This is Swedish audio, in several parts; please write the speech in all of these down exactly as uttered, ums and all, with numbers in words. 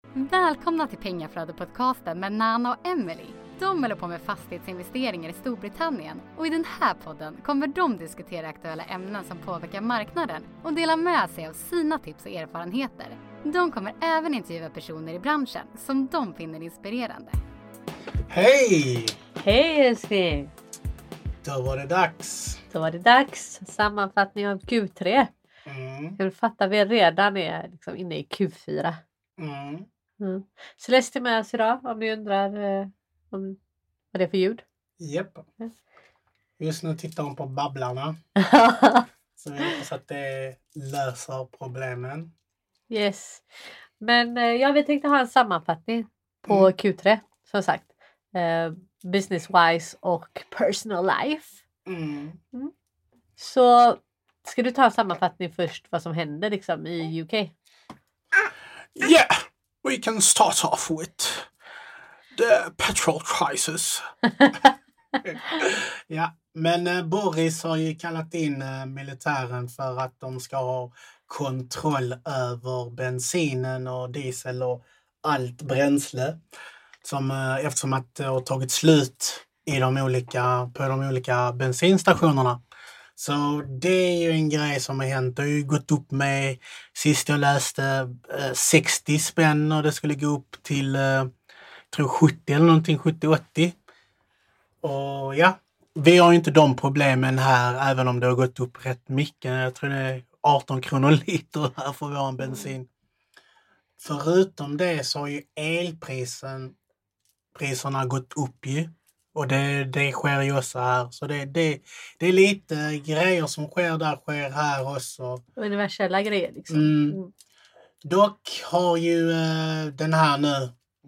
Välkomna till Pengaflödet-podcasten med Nana och Emily. De håller på med fastighetsinvesteringar i Storbritannien och i den här podden kommer de diskutera aktuella ämnen som påverkar marknaden och dela med sig av sina tips och erfarenheter. De kommer även intervjua personer i branschen som de finner inspirerande. Hej! Hej älskling! Då var det dags. Då var det dags. Sammanfattning av Q tre. Mm. Jag vill fatta vi redan är liksom inne i Q fyra. Mm. Mm. Celeste är med oss idag om ni undrar eh, om vad det är för ljud. Japp. Mm. Just nu tittar hon på Babblarna. Så vi hoppas att det löser problemen. Yes. Men eh, ja, vi tänkte ha en sammanfattning på Mm. Q tre. Som sagt. Eh, business wise och personal life. Mm. Mm. Så ska du ta en sammanfattning först vad som händer liksom i U K? Yeah, we can start off with the petrol crisis. Ja, men eh, Boris har ju kallat in eh, militären för att de ska ha kontroll över bensinen och diesel och allt bränsle. Som, eh, eftersom att det har tagit slut i de olika, på de olika bensinstationerna. Så det är ju en grej som har hänt. Det har ju gått upp med, sist jag läste, eh, sextio spänn och det skulle gå upp till eh, tror sjuttio eller någonting, sjuttio åttio. Och ja, vi har ju inte de problemen här även om det har gått upp rätt mycket. Jag tror det är arton kronor liter här för vår bensin. Förutom det så har ju elprisen priserna gått upp ju. Och det, det sker ju också här. Så det, det, det är lite grejer som sker där, sker här också. Universella grejer liksom. Mm. Mm. Dock har ju eh, den här nu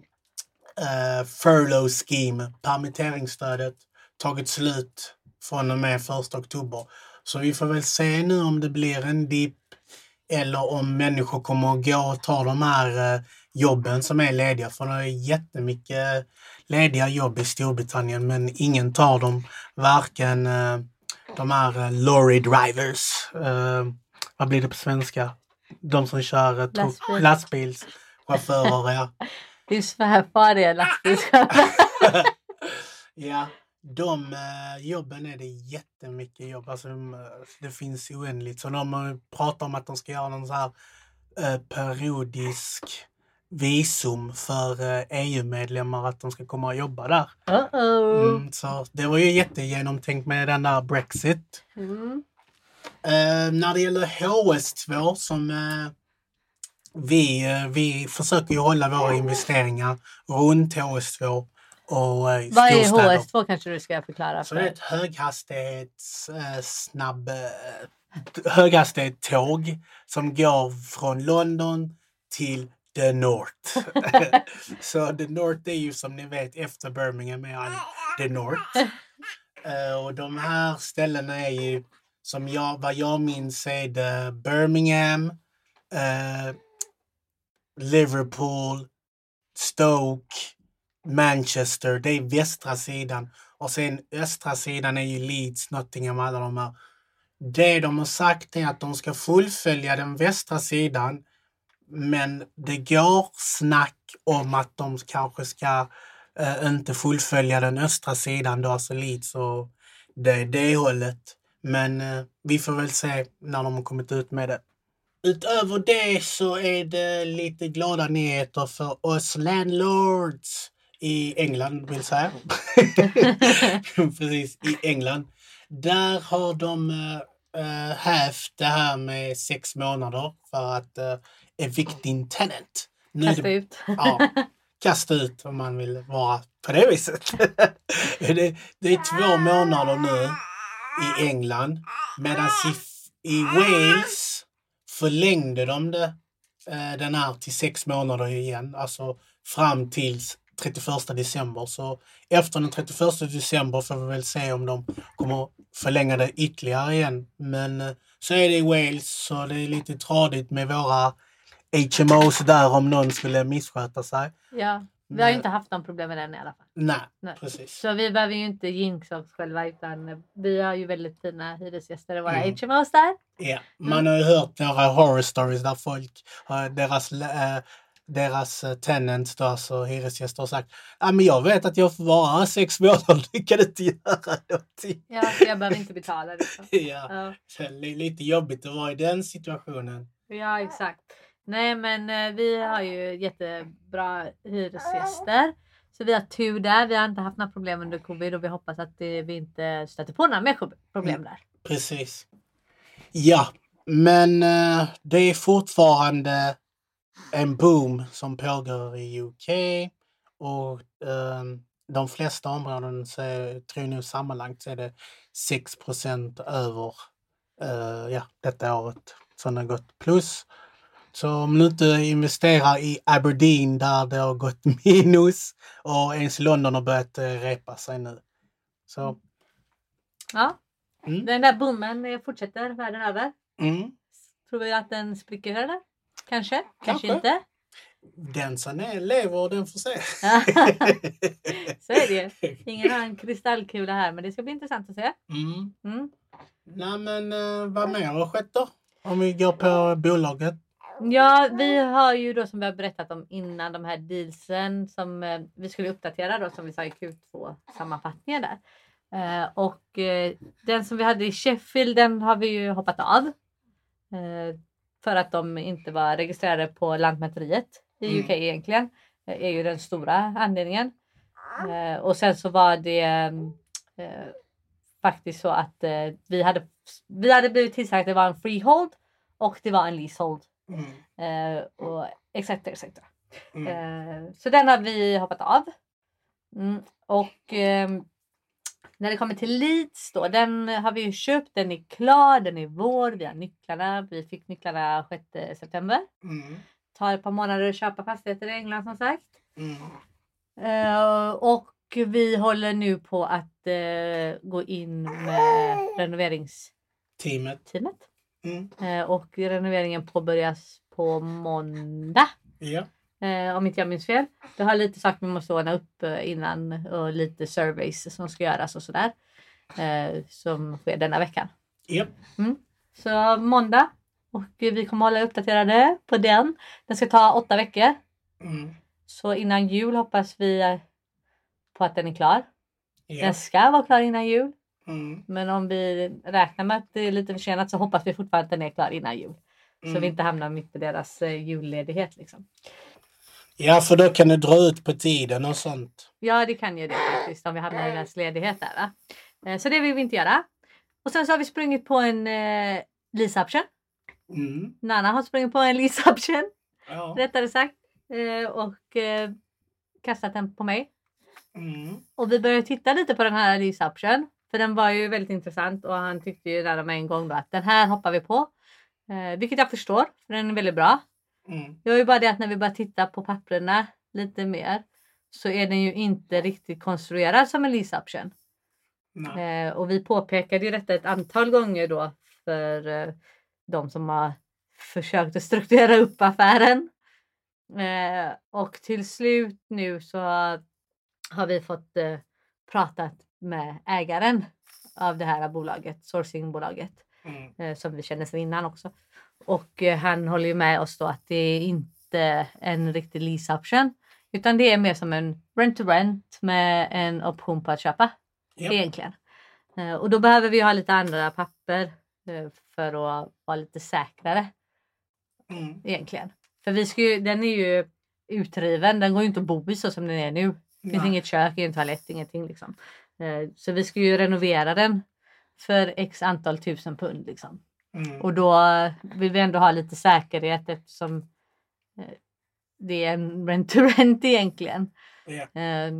eh, furlough scheme, permitteringsstödet, tagit slut från och med första oktober. Så vi får väl se nu om det blir en dipp eller om människor kommer att gå och ta de här eh, jobben som är lediga. För det är jättemycket lediga jobb i Storbritannien men ingen tar dem. Varken eh, de här eh, lorry drivers, eh, vad blir det på svenska? De som kör eh, tro- Lastbil. lastbilschaufförer. Ja. Det är svärfariga lastbilschaufförer. Ja, de eh, jobben är det jättemycket jobb. Alltså, de, det finns oändligt. Så de har pratat om att de ska göra någon så här eh, periodisk visum för eh, E U-medlemmar att de ska komma och jobba där. Uh-oh. Mm, så det var ju jättegenomtänkt med den där Brexit. Mm. Eh, när det gäller H S två som eh, vi, eh, vi försöker ju hålla våra investeringar runt H S två och eh, Vad är H storstäder. S två kanske du ska förklara Så för? det är ett höghastighets eh, snabb eh, höghastighetståg som går från London till The North. Så The North är ju som ni vet efter Birmingham är all The North. Eh, och de här ställena är ju som jag, vad jag minns är det Birmingham, eh, Liverpool, Stoke, Manchester, det är västra sidan. Och sen östra sidan är ju Leeds, Nottingham, alla de här. Det de har sagt är att de ska fullfölja den västra sidan. Men det går snack om att de kanske ska eh, inte fullfölja den östra sidan då, alltså Leeds och det, det hållet. Men eh, vi får väl se när de har kommit ut med det. Utöver det så är det lite glada nyheter för oss landlords i England vill säga. Precis, i England. Där har de äh, hävt det här med sex månader för att äh, evicting tenant. Nu Kasta det, ut. Ja, kasta ut om man vill vara på det viset. det, det är två månader nu i England. Medan i, i Wales förlängde de det, äh, den här till sex månader igen. Alltså fram tills trettioförsta december. Så efter den trettioförsta december får vi väl se om de kommer förlänga det ytterligare igen. Men eh, så är det i Wales så det är lite tradigt med våra H M Os där om någon skulle missköta sig. Ja, vi har ju inte haft någon problem med den i alla fall. Nej, Nej. precis. Så vi behöver ju inte jinxa oss själva utan vi har ju väldigt fina hyresgäster i våra Mm. H M Os där. Ja, man har ju hört några horror stories där folk, deras äh, deras eh, tenants, då, alltså hyresgäster, har sagt ja, men jag vet att jag får vara här sex månader, du kan inte göra någonting. Ja, för jag behöver inte betala. Liksom. Ja, Ja. det är lite jobbigt att vara i den situationen. Ja, exakt. Nej, men eh, vi har ju jättebra hyresgäster. Så vi har tur där. Vi har inte haft några problem under covid och vi hoppas att det, vi inte stöter på några mer problem Mm. där. Precis. Ja, men eh, det är fortfarande en boom som pågår i U K och eh, de flesta områden så är, tror jag nu sammanlagt så är det sex procent över eh, ja, detta året som har gått plus. Så om du inte investerar i Aberdeen där det har gått minus och ens London har börjat eh, repa sig nu. Så, Ja, mm, den där boomen eh, fortsätter världen över. mm. Tror vi att den spricker eller? Kanske, kanske, Kanske. inte. Den som är lever och den får se. Så är det. Ingen har en kristallkula här, men det ska bli intressant att se. Mm. Mm. Nej men uh, vad mer har skett då? Om vi går på bolaget. Ja, vi har ju då som vi har berättat om innan de här dealsen som eh, vi skulle uppdatera då som vi sa i Q två-sammanfattningen där. Eh, och eh, den som vi hade i Sheffield den har vi ju hoppat av. Eh, för att de inte var registrerade på Lantmäteriet i U K Mm. egentligen. Eh, är ju den stora anledningen. Eh, och sen så var det eh, faktiskt så att eh, vi, hade, vi hade blivit tillsagt att det var en freehold och det var en leasehold. Mm. Eh, och exakt, exakt. Mm. Eh, så den har vi hoppat av. Mm, och eh, när det kommer till Leeds då, den har vi ju köpt, den är klar, den är vår, vi har nycklarna, vi fick nycklarna sjätte september. Mm. Tar ett par månader att köpa fastigheter i England som sagt. Mm. Eh, och vi håller nu på att eh, gå in med renoveringsteamet. Teamet. Mm. Eh, och renoveringen påbörjas på måndag. Ja. Eh, om inte jag minns fel. Det har lite saker vi måste ordna upp eh, innan och lite surveys som ska göras och sådär. Eh, som sker denna veckan. Ja. Mm. Så måndag. Och vi kommer hålla uppdaterade på den. Den ska ta åtta veckor. Mm. Så innan jul hoppas vi på att den är klar. Ja. Den ska vara klar innan jul. Mm. Men om vi räknar med att det är lite försenat så hoppas vi fortfarande att den är klar innan jul. Mm. Så vi inte hamnar mitt i deras eh, julledighet liksom. Ja, för då kan det dra ut på tiden och sånt. Ja, det kan ju det faktiskt om vi hamnar i deras ledighet där va. Eh, så det vill vi inte göra. Och sen så har vi sprungit på en eh, lease option. Mm. Nana har sprungit på en lease option. Ja. Rättare sagt. Eh, och eh, kastat den på mig. Mm. Och vi började titta lite på den här lease option. För den var ju väldigt intressant och han tyckte ju där med en gång då att den här hoppar vi på. Eh, vilket jag förstår, för den är väldigt bra. Mm. Det var ju bara det att när vi börjar titta på papperna lite mer så är den ju inte riktigt konstruerad som en lease option. Nej. Eh, och vi påpekade ju detta ett antal gånger då för eh, de som har försökt att strukturera upp affären. Eh, och till slut nu så har vi fått eh, pratat med ägaren av det här bolaget, sourcingbolaget. Mm. Eh, som vi känner sedan innan också. Och eh, han håller ju med oss då att det är inte en riktig lease option. Utan det är mer som en rent to rent med en option på att köpa. Yep. Egentligen. Eh, och då behöver vi ha lite andra papper eh, för att vara lite säkrare. Mm. Egentligen. För vi ska ju, den är ju utriven. Den går ju inte att bo i så som den är nu. Det finns Nej. inget kök, ingen toalett, ingenting liksom. Eh, så vi ska ju renovera den för x antal tusen pund liksom. Mm. Och då vill vi ändå ha lite säkerhet eftersom eh, det är en rent to rent egentligen. Ja. Eh,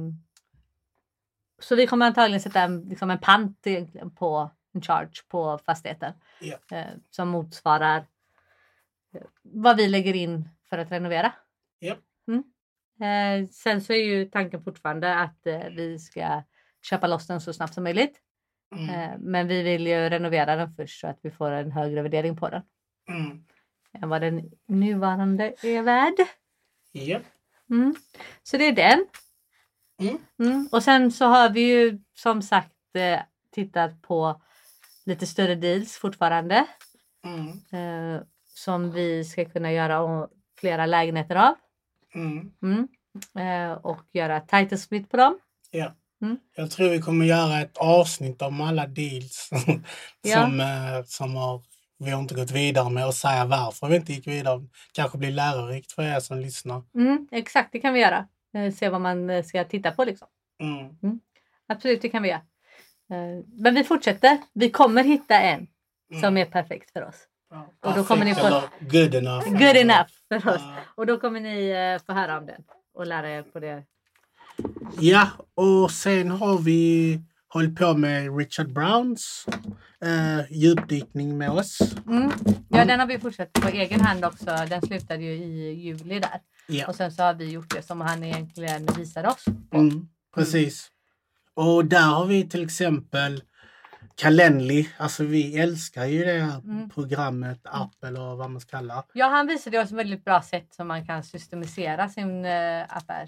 så vi kommer antagligen sätta en, liksom en pant egentligen på en charge på fastigheten. Ja. Eh, som motsvarar eh, vad vi lägger in för att renovera. Ja. Mm. Eh, sen så är ju tanken fortfarande att eh, vi ska köpa loss den så snabbt som möjligt. Mm. Eh, men vi vill ju renovera den först så att vi får en högre värdering på den. Mm. Än vad den nuvarande är värd. Ja. Mm. Så det är den. Mm. Mm. Och sen så har vi ju som sagt eh, tittat på lite större deals fortfarande. Mm. Eh, som vi ska kunna göra flera lägenheter av. Mm. Mm. Eh, och göra title split på dem. Ja. Mm. Jag tror vi kommer göra ett avsnitt om alla deals Ja. som, eh, som har, vi har inte gått vidare med och säga varför vi inte gick vidare. Kanske blir lärorikt för er som lyssnar. Mm, exakt, det kan vi göra. Eh, se vad man eh, ska titta på liksom. Mm. Mm. Absolut, det kan vi göra. Eh, men vi fortsätter. Vi kommer hitta en Mm. som är perfekt för oss. Ja. Och då kommer ni få- Eller good enough. Good enough för oss. Ja. Och då kommer ni eh, få höra om den och lära er på det. Ja, och sen har vi hållit på med Richard Browns eh, djupdykning med oss. Mm. Ja, den har vi fortsatt på egen hand också. Den slutade ju i juli där. Ja, Och sen så har vi gjort det som han egentligen visar oss. mm, precis. Och där har vi till exempel Calendly. Alltså vi älskar ju det här Mm. programmet, app eller vad man ska kalla. Ja, han visade oss ett väldigt bra sätt som man kan systematisera sin eh,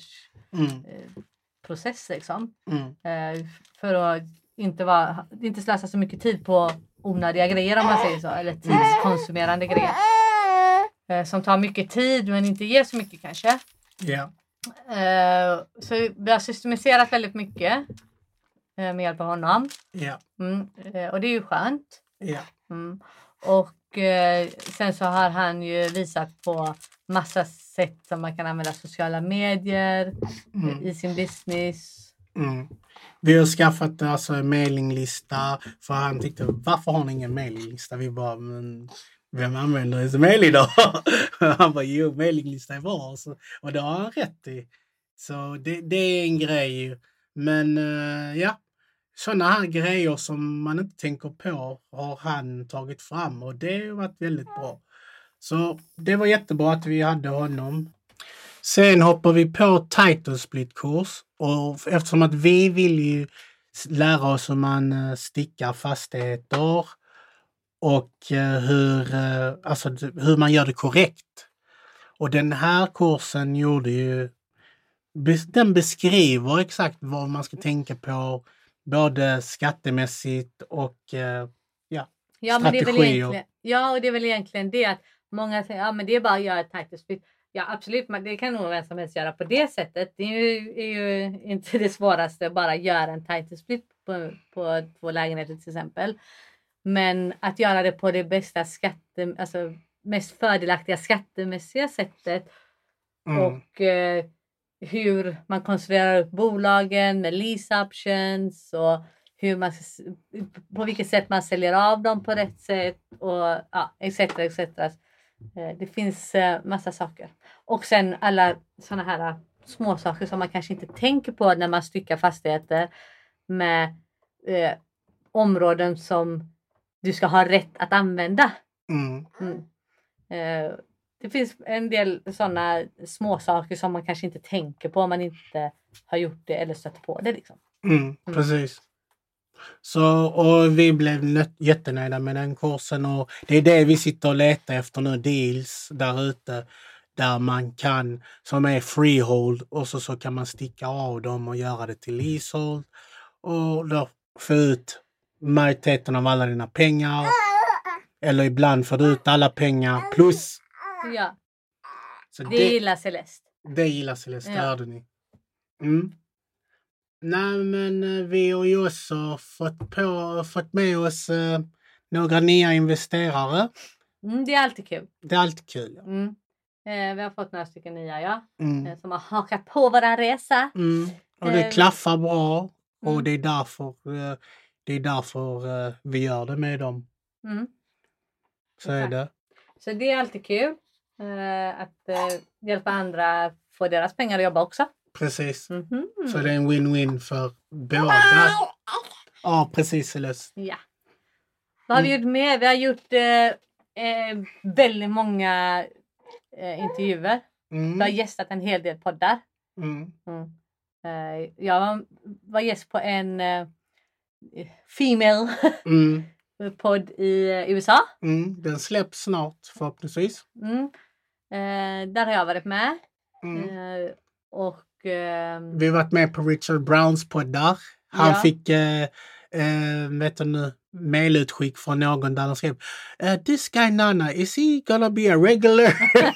affärsprocess Mm, liksom. mm, Eh, för att inte, vara, inte slösa så mycket tid på onödiga grejer om man säger så. Eller tidskonsumerande grejer. Eh, som tar mycket tid men inte ger så mycket kanske. ja, Eh, så vi har systematiserat väldigt mycket eh, med hjälp av honom. ja, Mm, eh, och det är ju skönt. ja, Mm. Och eh, sen så har han ju visat på massa sätt som man kan använda sociala medier mm, i sin business. mm. Vi har skaffat alltså en mailinglista för han tyckte, varför har ni ingen mailinglista? Vi bara, men vem använder ens mail idag? Han bara, jo, mailinglista är bra. Så, och det har han rätt i. Så det, det är en grej. Men eh, ja, sådana här grejer som man inte tänker på har han tagit fram och det har varit väldigt bra. Så det var jättebra att vi hade honom. Sen hoppar vi på title split-kurs och eftersom att vi vill ju lära oss hur man eh, stickar fastigheter och eh, hur, eh, alltså, d- hur man gör det korrekt. Och den här kursen gjorde ju, bes- den beskriver exakt vad man ska tänka på både skattemässigt och eh, ja, Ja, men det är väl strategier. egentligen, ja, och det är väl egentligen det att många säger ja, men det är bara att göra ett title split. Ja, absolut, men det kan nog vem som helst göra på det sättet. Det är ju, är ju inte det svåraste att bara göra en title split på, på två lägenheter till exempel. Men att göra det på det bästa skatte, alltså mest fördelaktiga skattemässiga sättet Mm. och eh, hur man konstruerar upp bolagen med lease options och hur man, på vilket sätt man säljer av dem på rätt sätt och ja, et cetera et cetera. Eh, Det finns eh, massa saker. Och sen alla sådana här eh, små saker som man kanske inte tänker på när man styckar fastigheter med eh, områden som du ska ha rätt att använda. Mm. Mm. Eh, det finns en del sådana små saker som man kanske inte tänker på om man inte har gjort det eller stött på det liksom. Mm, precis. Så, och vi blev nö- jättenöjda med den kursen och det är det vi sitter och letar efter nu, deals där ute där man kan, som är freehold och så, så kan man sticka av dem och göra det till leasehold och då få ut majoriteten av alla dina pengar eller ibland får du ut alla pengar plus. Ja, Så det det, gillar Celeste. det gillar Celeste, Ja. hörde ni. Mm. Nej, men eh, vi har ju också fått, på, fått med oss eh, några nya investerare. Mm, det är alltid kul. Det är alltid kul. Ja. Mm. Eh, vi har fått några stycken nya, ja. Mm. Eh, som har hakat på våran resa. Mm. Och det Eh, klaffar bra och mm. det är därför, eh, det är därför eh, vi gör det med dem. Mm. Så är Exakt. det. Så det är alltid kul eh, att eh, hjälpa andra få deras pengar att jobba också. Precis. Mhm. Så det är en win-win för båda. Ja, precis Celeste. Ja. Vad har vi gjort mer? Vi har gjort eh, eh, väldigt många eh, intervjuer. Vi har Mm. gästat en hel del poddar. Mm. Mm. Eh, jag var, var gäst på en eh, female Mm. podd i eh, U S A. Mm. Den släpps snart förhoppningsvis. Mm. Eh, där har jag varit med. Mm. Eh, och ehm, Vi har varit med på Richard Browns poddar. Han Ja. fick eh, eh, vet du nu, mailutskick från någon där de skrev uh, this guy Nana, is he gonna be a regular?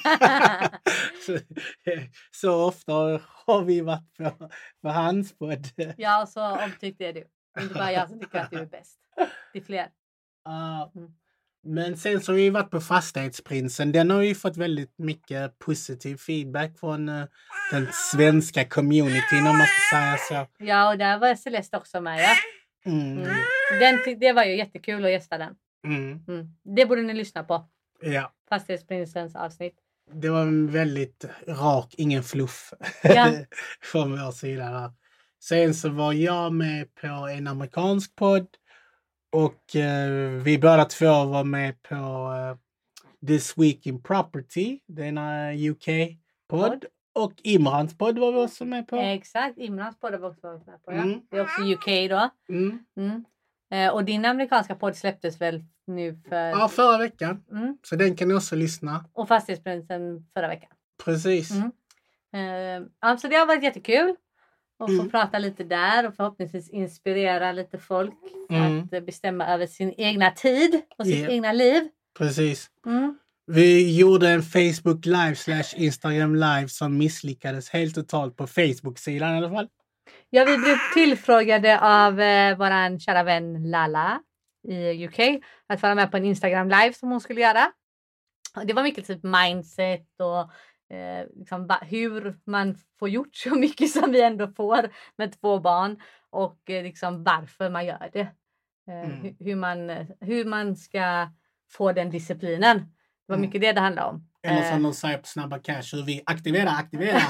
så, så ofta har vi varit på, på hans podd. Ja, så omtyckt är du. Inte bara jag som tycker att du är bäst. Det är fler. Uh, Mm. Men sen så har vi varit på Fastighetsprinsen. Den har ju fått väldigt mycket positiv feedback från uh, den svenska communityn om man ska säga så. Ja, och där var Celeste också med. Ja. Mm. Mm. Den, det var ju jättekul att gästa den. Mm. Mm. Det borde ni lyssna på. Ja. Fastighetsprinsens avsnitt. Det var en väldigt rak, ingen fluff Ja. från vår sida där. Sen så var jag med på en amerikansk podd och eh, vi båda två var med på eh, This Week in Property, denna U K-podd. Och Imrans podd var vi också med på. Exakt, Imrans podd var också med på. Ja. Mm. Det är också U K då. Mm. Mm. Eh, och din amerikanska podd släpptes väl nu för... Ja, förra veckan. Mm. Så den kan ni också lyssna. Och Fastighetsprinsen förra veckan. Precis. Mm. Eh, alltså det har varit jättekul. Och få Mm. prata lite där och förhoppningsvis inspirera lite folk. Mm. Att eh, bestämma över sin egna tid och sitt Yeah. egna liv. Precis. Mm. Vi gjorde en Facebook live slash Instagram live som misslyckades helt totalt på Facebook-sidan i alla fall. Ja, vi blev tillfrågade av eh, våran kära vän Lala i U K att vara med på en Instagram live som hon skulle göra. Och det var mycket typ mindset och eh, liksom, va, hur man får gjort så mycket som vi ändå får med två barn och eh, liksom varför man gör det. Eh, Mm. hu- hur, man, hur man ska få den disciplinen. Det var Mm. mycket det det handlade om. Eller Eh, som de säger på Snabba Cash, hur vi aktiverar, aktiverar.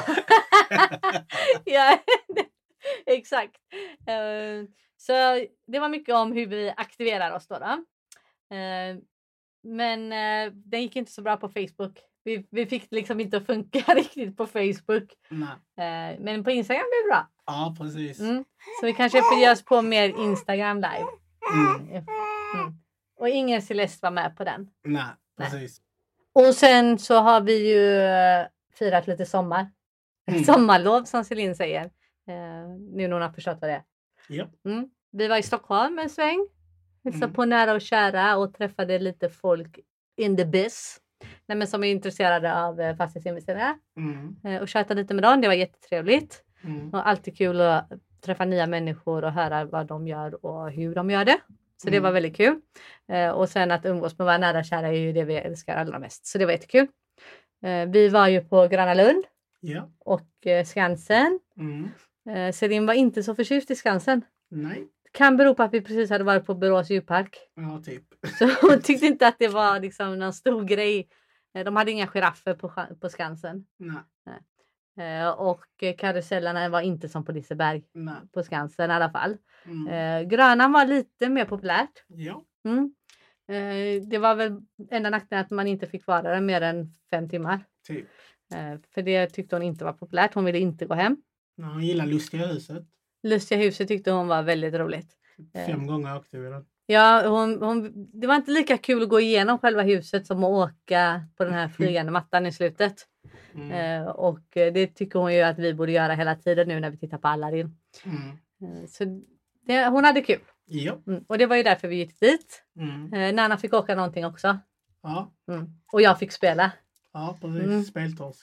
ja, exakt. Eh, så det var mycket om hur vi aktiverar oss då. då. Eh, men eh, den gick inte så bra på Facebook. Vi, vi fick liksom inte att funka riktigt på Facebook. Nej. Eh, men på Instagram blev det bra. Ja, precis. Mm. Så vi kanske får ge oss på mer Instagram live. Mm. Mm. Och ingen Celeste var med på den. Nej, Nej. precis. Och sen så har vi ju eh, firat lite sommar. Mm. Sommarlov som Celine säger. Eh, nu när hon har förstått vad det är. Ja. Mm. Vi var i Stockholm en sväng. Hälsade Mm. på nära och kära och träffade lite folk in the biz. Nej, men som är intresserade av eh, fastighetsinvesteringar. Mm. Eh, och tjatade lite med dem. Det var jättetrevligt. Mm. Och alltid kul att träffa nya människor och höra vad de gör och hur de gör det. Så det Mm. var väldigt kul. Eh, och sen att umgås med våra nära och kära är ju det vi älskar allra mest. Så det var jättekul. Eh, vi var ju på Gröna Lund Ja. och eh, Skansen. Mm. Eh, Celine var inte så förtjust i Skansen. Nej. Kan bero på att vi precis hade varit på Borås djurpark. Ja, typ. Så hon tyckte inte att det var liksom någon stor grej. Eh, De hade inga giraffer på, Skan- på Skansen. Nej. Eh, och eh, karusellerna var inte som på Liseberg Nej. på Skansen i alla fall. Mm. Eh, Grönan var lite mer populärt. Ja. Mm. Eh, det var väl enda nackdelen att man inte fick vara där mer än fem timmar. Typ. Eh, för det tyckte hon inte var populärt. Hon ville inte gå hem. Ja, hon gillar Lustiga huset. Lustiga huset tyckte hon var väldigt roligt. Eh. Fem gånger åkte vi den. Ja, hon, hon, det var inte lika kul att gå igenom själva huset som att åka på den här flygande mattan i slutet. Mm. Eh, och eh, det tycker hon ju att vi borde göra hela tiden nu när vi tittar på Aladdin. Mm. Eh, så det, hon hade kul. Ja. Mm. Och det var ju därför vi gick dit. Mm. Eh, Nana fick åka någonting också. Ja. Mm. Och jag fick spela. Ja, precis. Mm. Speltorsk.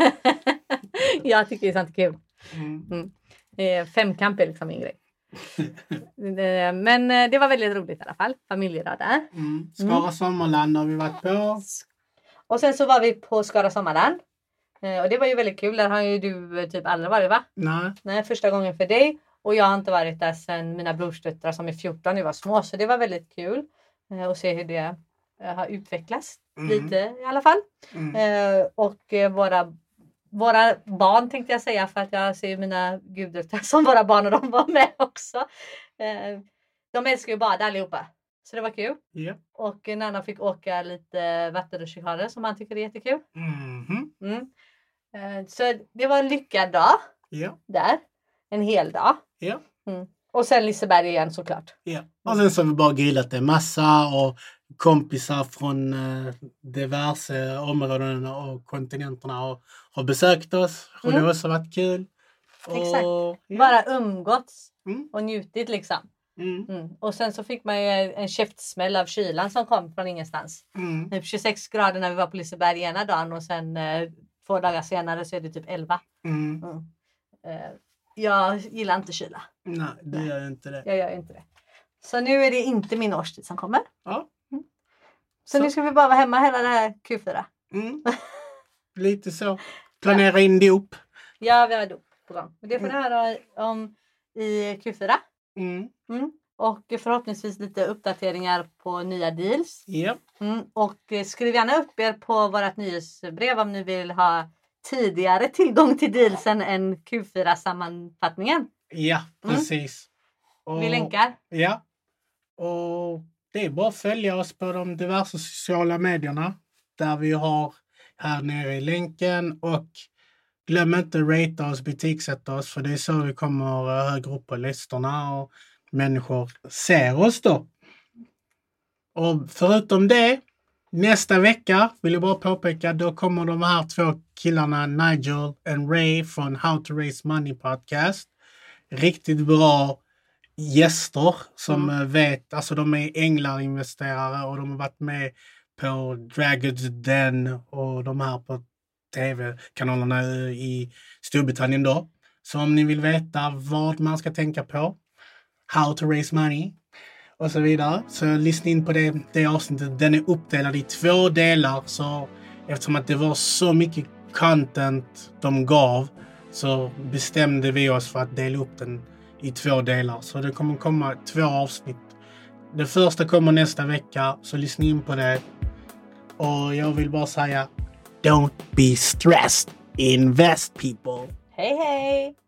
Jag tycker det är sånt kul. Mm. Eh, femkamp är liksom min grej. Eh, Men eh, det var väldigt roligt i alla fall. Familjedag där. Mm. Skara Sommarland har vi varit på. Och sen så var vi på Skara Sommarland. Eh, och det var ju väldigt kul. Där har ju du eh, typ aldrig varit, va? Nej. Nej, första gången för dig. Och jag har inte varit där sedan mina brorsdöttrar som är fjorton nu var små. Så det var väldigt kul eh, att se hur det eh, har utvecklats. Mm. Lite i alla fall. Mm. Eh, och eh, våra, våra barn tänkte jag säga, för att jag ser mina guddöttrar som våra barn och de var med också. Eh, de älskar ju bada allihopa. Så det var kul. Ja. Och Nana fick åka lite vattenrutschkana som han tycker är jättekul. Mhm. Mm. Eh, så det var en lyckad dag Ja. där. En hel dag. Ja. Mm. Och sen Liseberg igen såklart. Ja. Och sen så har vi bara grillat en massa och kompisar från eh, diverse områden och kontinenterna och har besökt oss. Och Mm. det har också varit kul. Exakt. Och, ja. Bara umgåtts Mm. och njutit liksom. Mm. Mm. Och sen så fick man ju en käftsmäll av kylan som kom från ingenstans. Mm. Typ tjugosex grader när vi var på Liseberg ena dagen och sen eh, två dagar senare så är det typ elva. Mm. Mm. Eh, jag gillar inte kyla. Nej, du gör inte det. Jag gör inte det. Så nu är det inte min årstid som kommer. Ja. Mm. Så, Så nu ska vi bara vara hemma hela det här Q fyra. Mm. Lite så. Planera in dop. Ja, vi har dop på gång. Men det får ni höra om i Q fyra. Mm. Mm. Och förhoppningsvis lite uppdateringar på nya deals. Yep. Mm. Och skriv gärna upp er på vårt nyhetsbrev om ni vill ha tidigare tillgång till dealsen än Q fyra-sammanfattningen. Ja, precis. Och, Vi länkar. Ja. Och det är bara att följa oss på de diverse sociala medierna. Där vi har här nere i länken. Och glöm inte att ratea oss, betygsätta oss. För det är så vi kommer högre upp på listorna. Och människor ser oss då. Och förutom det, nästa vecka vill jag bara påpeka, då kommer de här två killarna, Nigel och Ray från How to Raise Money Podcast. Riktigt bra gäster som mm. vet, alltså de är änglarinvesterare och de har varit med på Dragon's Den och de här på tv-kanalerna i Storbritannien då. Så om ni vill veta vad man ska tänka på, How to Raise Money och så vidare, så lyssna in på det, det avsnittet. Den är uppdelad i två delar, så eftersom att det var så mycket content de gav så bestämde vi oss för att dela upp den i två delar. Så det kommer komma två avsnitt. Det första kommer nästa vecka, så lyssna in på det. Och jag vill bara säga, don't be stressed, invest people. Hej hej!